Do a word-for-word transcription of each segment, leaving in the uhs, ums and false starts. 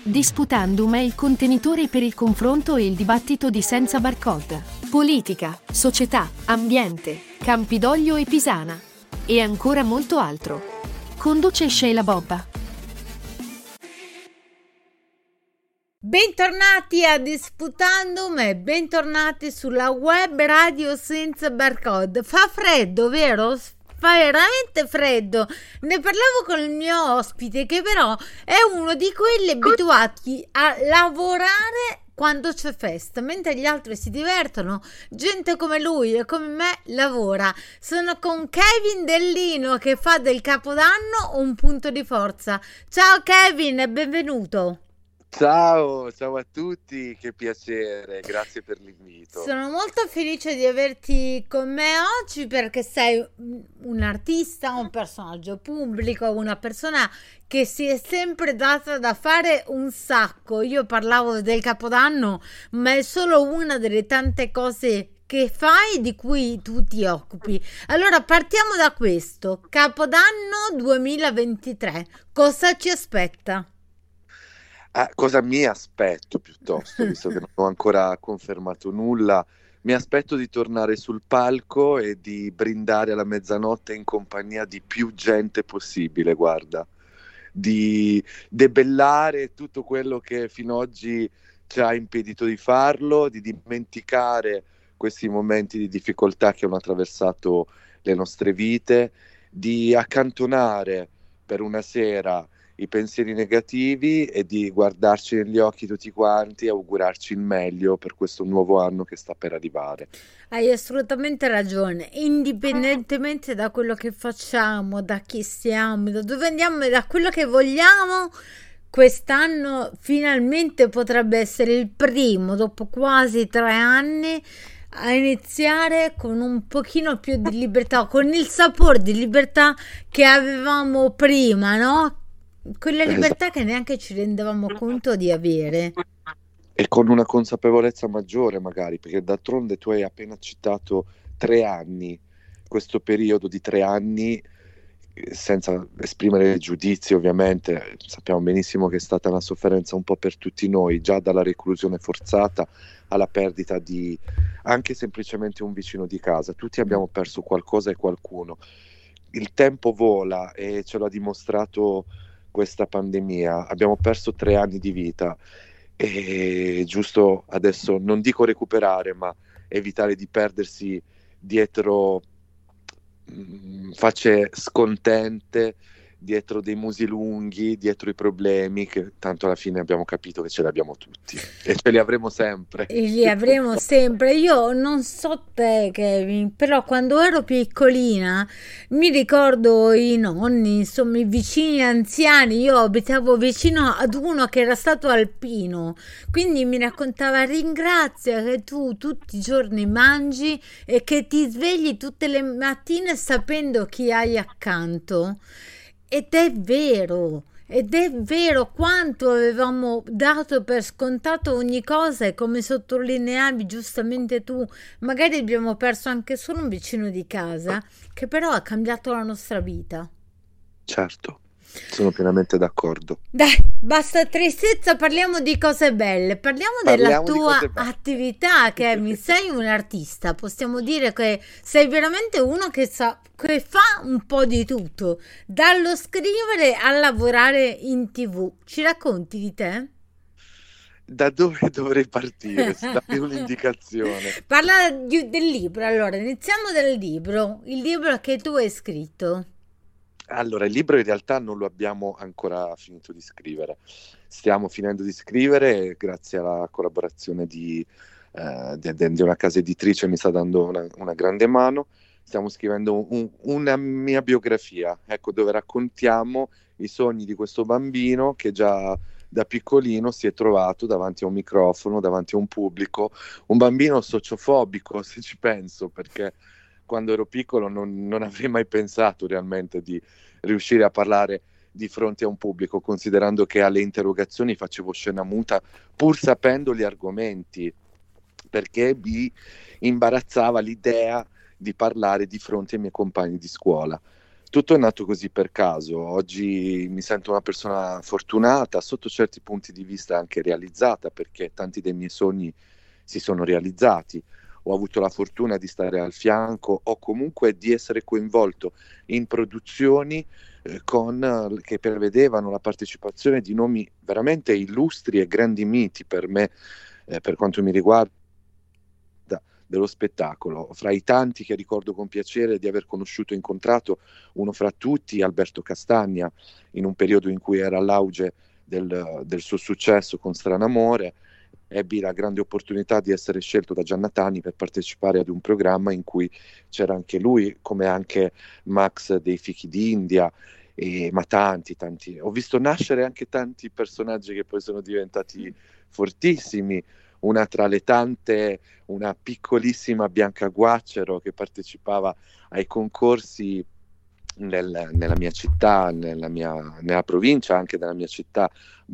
Disputandum è il contenitore per il confronto e il dibattito di Senza Barcode. Politica, società, ambiente, Campidoglio e Pisana. E ancora molto altro. Conduce Sheila Bobba. Bentornati a Disputandum e bentornati sulla web radio Senza Barcode. Fa freddo, vero? Fa veramente freddo. Ne parlavo con il mio ospite, che però è uno di quelli abituati a lavorare quando c'è festa, mentre gli altri si divertono. Gente come lui e come me lavora. Sono con Kevin Dellino, che fa del Capodanno un punto di forza. Ciao Kevin e benvenuto. Ciao, ciao a tutti, che piacere, grazie per l'invito. Sono molto felice di averti con me oggi perché sei un artista, un personaggio pubblico, una persona che si è sempre data da fare un sacco. Io parlavo del Capodanno, ma è solo una delle tante cose che fai, di cui tu ti occupi. Allora partiamo da questo, Capodanno duemilaventitré, cosa ci aspetta? Ah, cosa mi aspetto piuttosto, visto che non ho ancora confermato nulla, mi aspetto di tornare sul palco e di brindare alla mezzanotte in compagnia di più gente possibile, guarda, di debellare tutto quello che fino ad oggi ci ha impedito di farlo, di dimenticare questi momenti di difficoltà che hanno attraversato le nostre vite, di accantonare per una sera i pensieri negativi e di guardarci negli occhi tutti quanti e augurarci il meglio per questo nuovo anno che sta per arrivare. Hai assolutamente ragione, indipendentemente da quello che facciamo, da chi siamo, da dove andiamo e da quello che vogliamo, quest'anno finalmente potrebbe essere il primo, dopo quasi tre anni, a iniziare con un pochino più di libertà, con il sapore di libertà che avevamo prima, no? Quella libertà che neanche ci rendevamo conto di avere. E con una consapevolezza maggiore magari, perché d'altronde tu hai appena citato tre anni, questo periodo di tre anni, senza esprimere giudizi ovviamente, sappiamo benissimo che è stata una sofferenza un po' per tutti noi, già dalla reclusione forzata alla perdita di anche semplicemente un vicino di casa. Tutti abbiamo perso qualcosa e qualcuno. Il tempo vola e ce l'ha dimostrato questa pandemia. Abbiamo perso tre anni di vita e giusto adesso non dico recuperare, ma evitare di perdersi dietro mh, facce scontente, dietro dei musi lunghi, dietro i problemi che tanto alla fine abbiamo capito che ce li abbiamo tutti e ce li avremo sempre. E li avremo sempre. Io non so te, Kevin, però quando ero piccolina mi ricordo i nonni, insomma i vicini anziani. Io abitavo vicino ad uno che era stato alpino, quindi mi raccontava: ringrazia che tu tutti i giorni mangi e che ti svegli tutte le mattine sapendo chi hai accanto. Ed è vero, ed è vero quanto avevamo dato per scontato ogni cosa, e come sottolineavi giustamente tu, magari abbiamo perso anche solo un vicino di casa che però ha cambiato la nostra vita. Certo, sono pienamente d'accordo. Dai, basta tristezza, parliamo di cose belle, parliamo, Parliamo della tua attività, Kevin. Sei un artista, possiamo dire che sei veramente uno che sa, che fa un po' di tutto, dallo scrivere a lavorare in tv. Ci racconti di te? Da dove dovrei partire? Dammi un'indicazione. Parla di, del libro, allora iniziamo dal libro, il libro che tu hai scritto. Allora, il libro in realtà non lo abbiamo ancora finito di scrivere. Stiamo finendo di scrivere grazie alla collaborazione di, eh, di, di una casa editrice, mi sta dando una, una grande mano. Stiamo scrivendo un, una mia biografia, ecco, dove raccontiamo i sogni di questo bambino che già da piccolino si è trovato davanti a un microfono, davanti a un pubblico, un bambino sociofobico, se ci penso, perché quando ero piccolo non, non avrei mai pensato realmente di riuscire a parlare di fronte a un pubblico, considerando che alle interrogazioni facevo scena muta pur sapendo gli argomenti, perché mi imbarazzava l'idea di parlare di fronte ai miei compagni di scuola. tutto è nato così per caso. Oggi mi sento una persona fortunata, sotto certi punti di vista anche realizzata, perché tanti dei miei sogni si sono realizzati. Ho avuto la fortuna di stare al fianco o comunque di essere coinvolto in produzioni eh, con, eh, che prevedevano la partecipazione di nomi veramente illustri e grandi miti per me, eh, per quanto mi riguarda, dello spettacolo. Fra i tanti che ricordo con piacere di aver conosciuto e incontrato, uno fra tutti, Alberto Castagna, in un periodo in cui era all'auge del, del suo successo con Stranamore. Ebbi la grande opportunità di essere scelto da Gianna Tani per partecipare ad un programma in cui c'era anche lui, come anche Max dei Fichi d'India, e, ma tanti, tanti. Ho visto nascere anche tanti personaggi che poi sono diventati fortissimi. Una tra le tante, una piccolissima Bianca Guaccero che partecipava ai concorsi nel, nella mia città, nella, mia, nella provincia anche della mia città,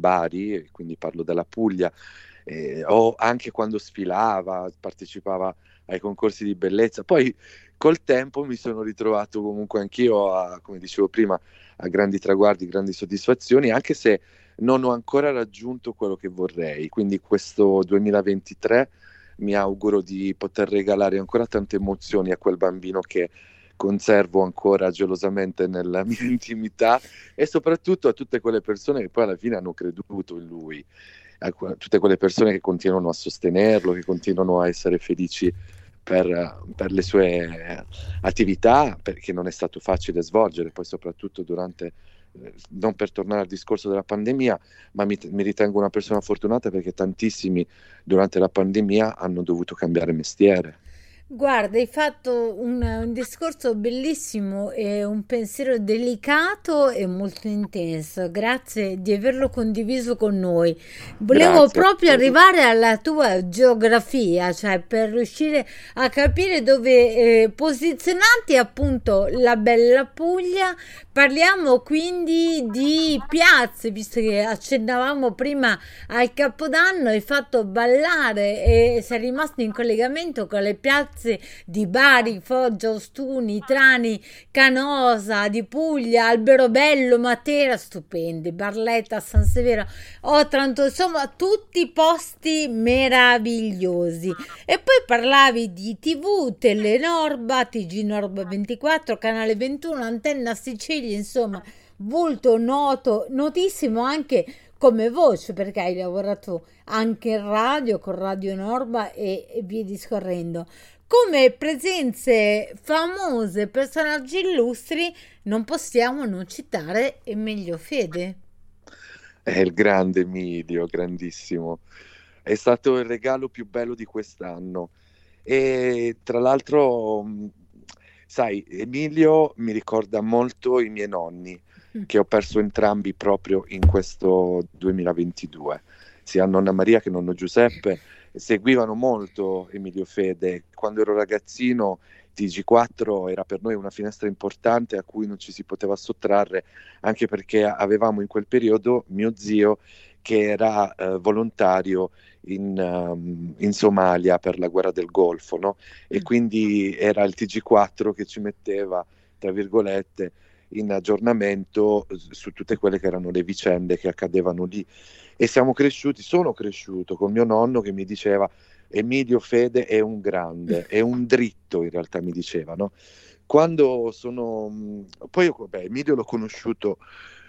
Bari, quindi parlo della Puglia, eh, o anche quando sfilava, partecipava ai concorsi di bellezza. Poi col tempo mi sono ritrovato comunque anch'io, a, come dicevo prima, a grandi traguardi, grandi soddisfazioni, anche se non ho ancora raggiunto quello che vorrei. Quindi questo duemilaventitré mi auguro di poter regalare ancora tante emozioni a quel bambino che conservo ancora gelosamente nella mia intimità, e soprattutto a tutte quelle persone che poi alla fine hanno creduto in lui, a tutte quelle persone che continuano a sostenerlo, che continuano a essere felici per, per le sue attività, perché non è stato facile svolgere, poi soprattutto durante, non per tornare al discorso della pandemia, ma mi, mi ritengo una persona fortunata perché tantissimi durante la pandemia hanno dovuto cambiare mestiere. Guarda, hai fatto un, un discorso bellissimo e un pensiero delicato e molto intenso. Grazie di averlo condiviso con noi. Volevo Grazie. proprio arrivare alla tua geografia, cioè per riuscire a capire dove eh, posizionarti appunto la bella Puglia. Parliamo quindi di piazze, visto che accennavamo prima al Capodanno, hai fatto ballare e sei rimasto in collegamento con le piazze di Bari, Foggia, Ostuni, Trani, Canosa, di Puglia, Alberobello, Matera, stupendi, Barletta, San Severo, Otranto, insomma tutti posti meravigliosi. E poi parlavi di tivù, Telenorba, T G Norba ventiquattro, Canale ventuno, Antenna Sicilia, insomma volto noto, notissimo anche come voce, perché hai lavorato anche in radio con Radio Norba e, e via discorrendo. Come presenze famose, personaggi illustri, non possiamo non citare Emilio Fede. È il grande Emilio, grandissimo. È stato il regalo più bello di quest'anno. E tra l'altro, sai, Emilio mi ricorda molto i miei nonni, che ho perso entrambi proprio in questo duemilaventidue. Sia nonna Maria che nonno Giuseppe seguivano molto Emilio Fede. Quando ero ragazzino T G quattro era per noi una finestra importante a cui non ci si poteva sottrarre, anche perché avevamo in quel periodo mio zio che era eh, volontario in, um, in Somalia per la guerra del Golfo, no? E quindi era il T G quattro che ci metteva, tra virgolette, in aggiornamento su tutte quelle che erano le vicende che accadevano lì. E siamo cresciuti, sono cresciuto con mio nonno che mi diceva: Emilio Fede è un grande, è un dritto, in realtà mi diceva, no? Quando sono... Poi beh, Emilio l'ho conosciuto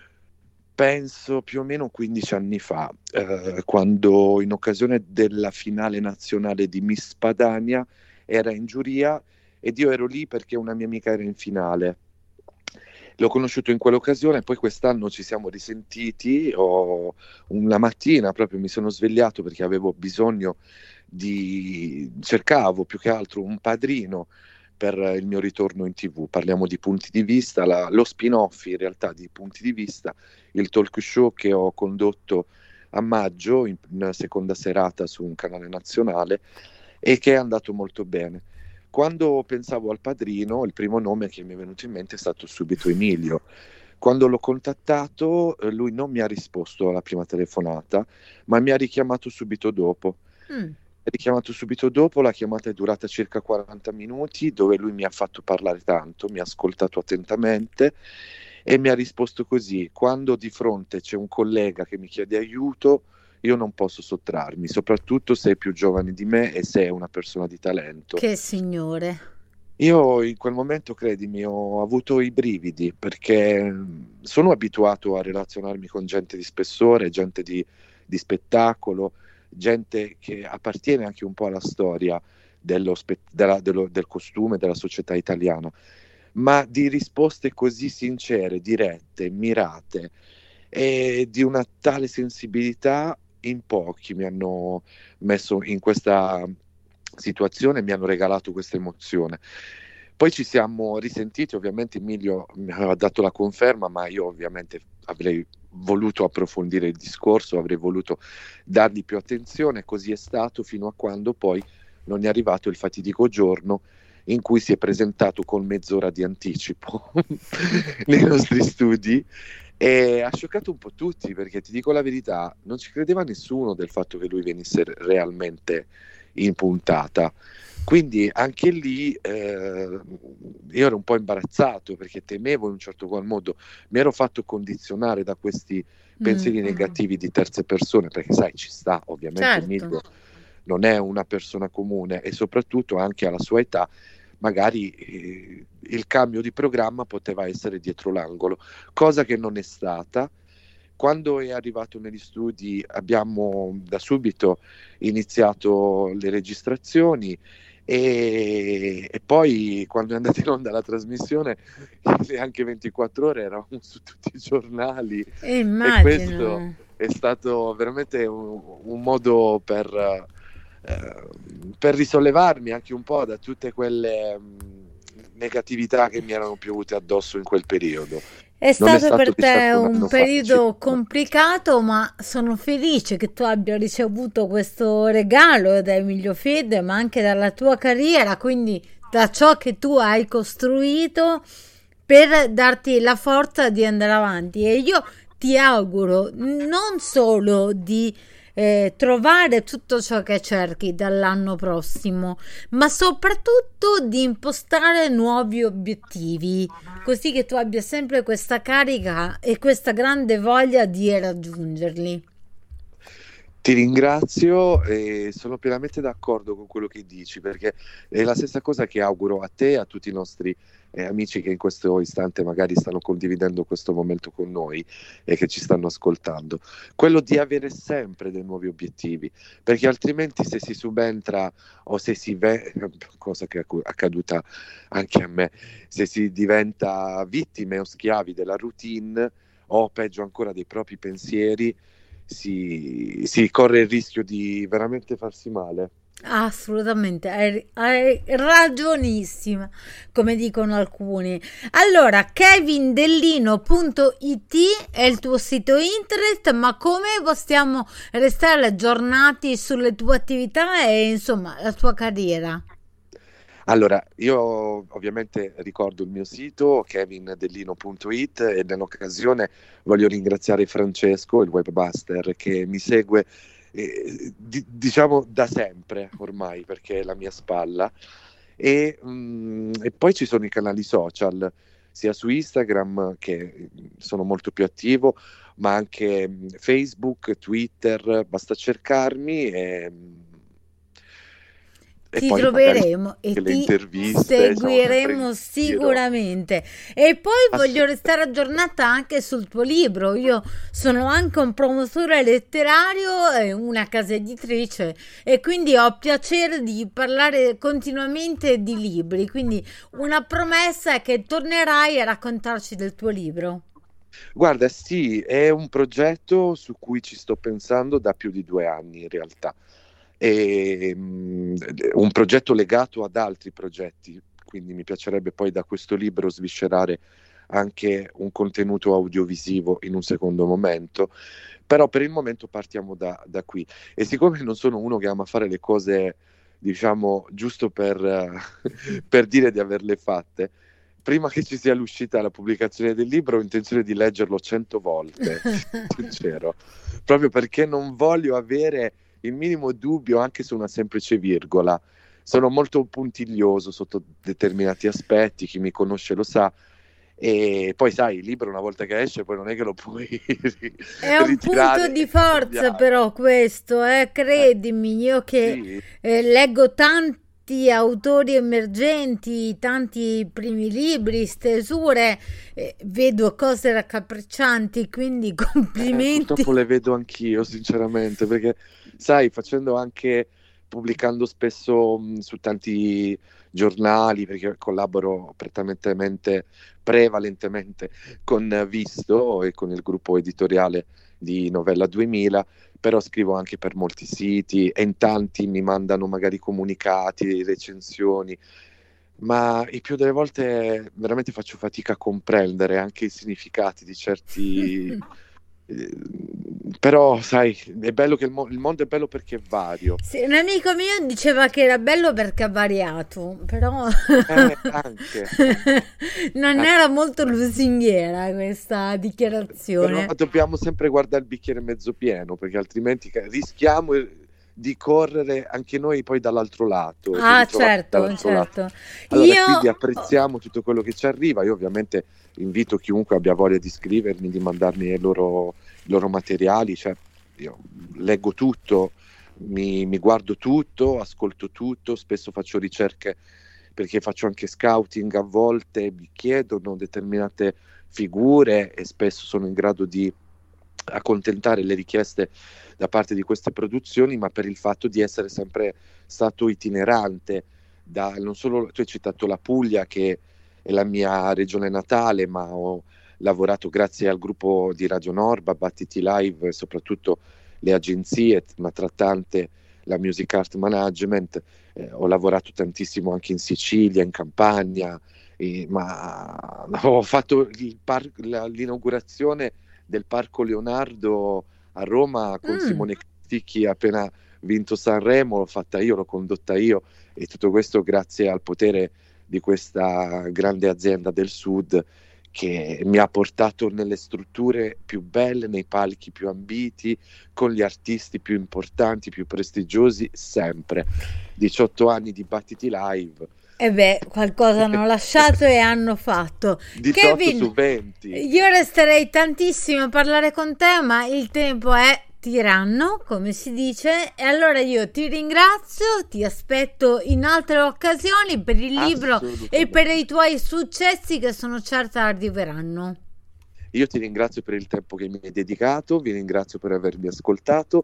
penso più o meno quindici anni fa, eh, quando in occasione della finale nazionale di Miss Padania era in giuria ed io ero lì perché una mia amica era in finale. L'ho conosciuto in quell'occasione, poi quest'anno ci siamo risentiti. Ho, una mattina proprio mi sono svegliato perché avevo bisogno di, cercavo più che altro un padrino per il mio ritorno in tivù. Parliamo di Punti di Vista, la, lo spin-off in realtà di Punti di Vista, il talk show che ho condotto a maggio in una seconda serata su un canale nazionale e che è andato molto bene. Quando pensavo al padrino, il primo nome che mi è venuto in mente è stato subito Emilio. Quando l'ho contattato, lui non mi ha risposto alla prima telefonata, ma mi ha richiamato subito dopo. Mm. richiamato subito dopo, la chiamata è durata circa quaranta minuti, dove lui mi ha fatto parlare tanto, mi ha ascoltato attentamente e mi ha risposto così: quando di fronte c'è un collega che mi chiede aiuto, io non posso sottrarmi, soprattutto se è più giovane di me e se è una persona di talento. Che signore. Io in quel momento, credimi, ho avuto i brividi, perché sono abituato a relazionarmi con gente di spessore, gente di, di spettacolo, gente che appartiene anche un po' alla storia dello spe- della- dello- del costume della società italiana, ma di risposte così sincere, dirette, mirate e di una tale sensibilità in pochi mi hanno messo in questa situazione, mi hanno regalato questa emozione. Poi ci siamo risentiti, ovviamente Emilio mi aveva dato la conferma, ma io ovviamente avrei voluto approfondire il discorso, avrei voluto dargli più attenzione, così è stato fino a quando poi non è arrivato il fatidico giorno in cui si è presentato con mezz'ora di anticipo nei nostri studi e ha scioccato un po' tutti, perché ti dico la verità, non ci credeva nessuno del fatto che lui venisse realmente in puntata. Quindi anche lì eh, io ero un po' imbarazzato, perché temevo in un certo qual modo, mi ero fatto condizionare da questi pensieri Mm. negativi di terze persone, perché sai, ci sta, ovviamente Certo. Emilio non è una persona comune e soprattutto anche alla sua età magari eh, il cambio di programma poteva essere dietro l'angolo, cosa che non è stata. Quando è arrivato negli studi abbiamo da subito iniziato le registrazioni e, e poi quando è andata in onda la trasmissione anche ventiquattro ore eravamo su tutti i giornali E e questo immagino. è stato veramente un, un modo per, eh, per risollevarmi anche un po' da tutte quelle mh, negatività che mi erano piovute addosso in quel periodo. È Non è stato per stato di te certo un un anno periodo facile. complicato, ma sono felice che tu abbia ricevuto questo regalo da Emilio Fede, ma anche dalla tua carriera, quindi da ciò che tu hai costruito per darti la forza di andare avanti. E io ti auguro non solo di eh, trovare tutto ciò che cerchi dall'anno prossimo, ma soprattutto di impostare nuovi obiettivi, così che tu abbia sempre questa carica e questa grande voglia di raggiungerli. Ti ringrazio e sono pienamente d'accordo con quello che dici, perché è la stessa cosa che auguro a te e a tutti i nostri eh, amici che in questo istante magari stanno condividendo questo momento con noi e che ci stanno ascoltando, quello di avere sempre dei nuovi obiettivi, perché altrimenti se si subentra o se si ve- cosa che è accu- accaduta anche a me, se si diventa vittime o schiavi della routine o peggio ancora dei propri pensieri, si, si corre il rischio di veramente farsi male. Assolutamente, hai, hai ragionissima, come dicono alcuni. Allora, kevin dellino punto it è il tuo sito internet, ma come possiamo restare aggiornati sulle tue attività e insomma la tua carriera? Allora, io ovviamente ricordo il mio sito kevin dellino punto it e nell'occasione voglio ringraziare Francesco, il webmaster, che mi segue eh, di- diciamo da sempre ormai, perché è la mia spalla. E, mm, e poi ci sono i canali social, sia su Instagram, che sono molto più attivo, ma anche mm, Facebook, Twitter, basta cercarmi e, e Ti poi magari troveremo anche e le ti interviste, siamo sempre in seguiremo giro. sicuramente. E poi voglio Assolutamente. restare aggiornata anche sul tuo libro. Io sono anche un promotore letterario e una casa editrice e quindi ho piacere di parlare continuamente di libri. Quindi una promessa è che tornerai a raccontarci del tuo libro. Guarda, sì, è un progetto su cui ci sto pensando da più di due anni in realtà. È mm, un progetto legato ad altri progetti, quindi mi piacerebbe poi da questo libro sviscerare anche un contenuto audiovisivo in un secondo momento, però per il momento partiamo da, da qui. E siccome non sono uno che ama fare le cose, diciamo, giusto per, eh, per dire di averle fatte, prima che ci sia l'uscita, la pubblicazione del libro, ho intenzione di leggerlo cento volte, sincero, proprio perché non voglio avere il minimo dubbio anche su una semplice virgola. Sono molto puntiglioso sotto determinati aspetti, chi mi conosce lo sa. E poi sai, il libro una volta che esce poi non è che lo puoi è un punto di forza però questo, eh, credimi, io che sì. eh, leggo tanti autori emergenti, tanti primi libri, stesure, eh, vedo cose raccapriccianti, quindi complimenti. Eh, purtroppo le vedo anch'io sinceramente, perché sai, facendo anche pubblicando spesso mh, su tanti giornali, perché collaboro prettamente prevalentemente con Visto e con il gruppo editoriale di Novella duemila, però scrivo anche per molti siti e in tanti mi mandano magari comunicati, recensioni, ma il più delle volte veramente faccio fatica a comprendere anche i significati di certi però sai, è bello che il, mo- il mondo è bello perché è vario. Sì, un amico mio diceva che era bello perché ha variato, però eh, anche, non anche. era molto lusinghiera questa dichiarazione. Però dobbiamo sempre guardare il bicchiere mezzo pieno, perché altrimenti rischiamo di correre anche noi poi dall'altro lato. Ah, certo, dall'altro certo. Lato. Allora, Io... quindi apprezziamo tutto quello che ci arriva. Io ovviamente invito chiunque abbia voglia di scrivermi, di mandarmi i loro, i loro materiali, cioè io leggo tutto, mi, mi guardo tutto, ascolto tutto, spesso faccio ricerche perché faccio anche scouting a volte, mi chiedono determinate figure e spesso sono in grado di accontentare le richieste da parte di queste produzioni, ma per il fatto di essere sempre stato itinerante, da, non solo tu hai citato la Puglia che è la mia regione natale, ma ho lavorato grazie al gruppo di Radio Norba, Battiti Live e soprattutto le agenzie, ma tra tante la Music Art Management, eh, ho lavorato tantissimo anche in Sicilia, in Campania, eh, ma ho fatto il par- la, l'inaugurazione del Parco Leonardo a Roma con mm. Simone Casticchi, appena vinto Sanremo, l'ho fatta io, l'ho condotta io, e tutto questo grazie al potere di questa grande azienda del Sud che mi ha portato nelle strutture più belle, nei palchi più ambiti, con gli artisti più importanti, più prestigiosi, sempre. diciotto anni di Battiti Live. E beh, qualcosa hanno lasciato e hanno fatto. diciotto Kevin, su venti. Io resterei tantissimo a parlare con te, ma il tempo è tiranno, come si dice, e allora io ti ringrazio, ti aspetto in altre occasioni per il libro e per i tuoi successi che sono certa arriveranno. Io ti ringrazio per il tempo che mi hai dedicato, vi ringrazio per avermi ascoltato,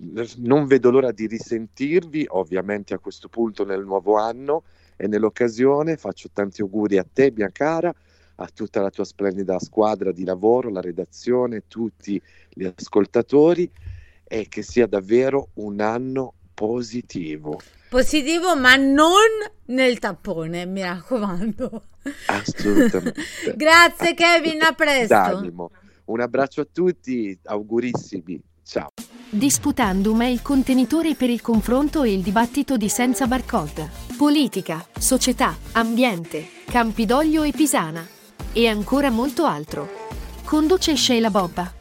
non vedo l'ora di risentirvi, ovviamente a questo punto nel nuovo anno, e nell'occasione faccio tanti auguri a te, mia cara, a tutta la tua splendida squadra di lavoro, la redazione, tutti gli ascoltatori, e che sia davvero un anno positivo. Positivo, ma non nel tappone, mi raccomando. Assolutamente. Grazie Kevin, a presto. D'animo. Un abbraccio a tutti, augurissimi. Ciao. Disputandum è il contenitore per il confronto e il dibattito di Senza Barcode. Politica, società, ambiente, Campidoglio e Pisana. E ancora molto altro. Conduce Sheila Bobba.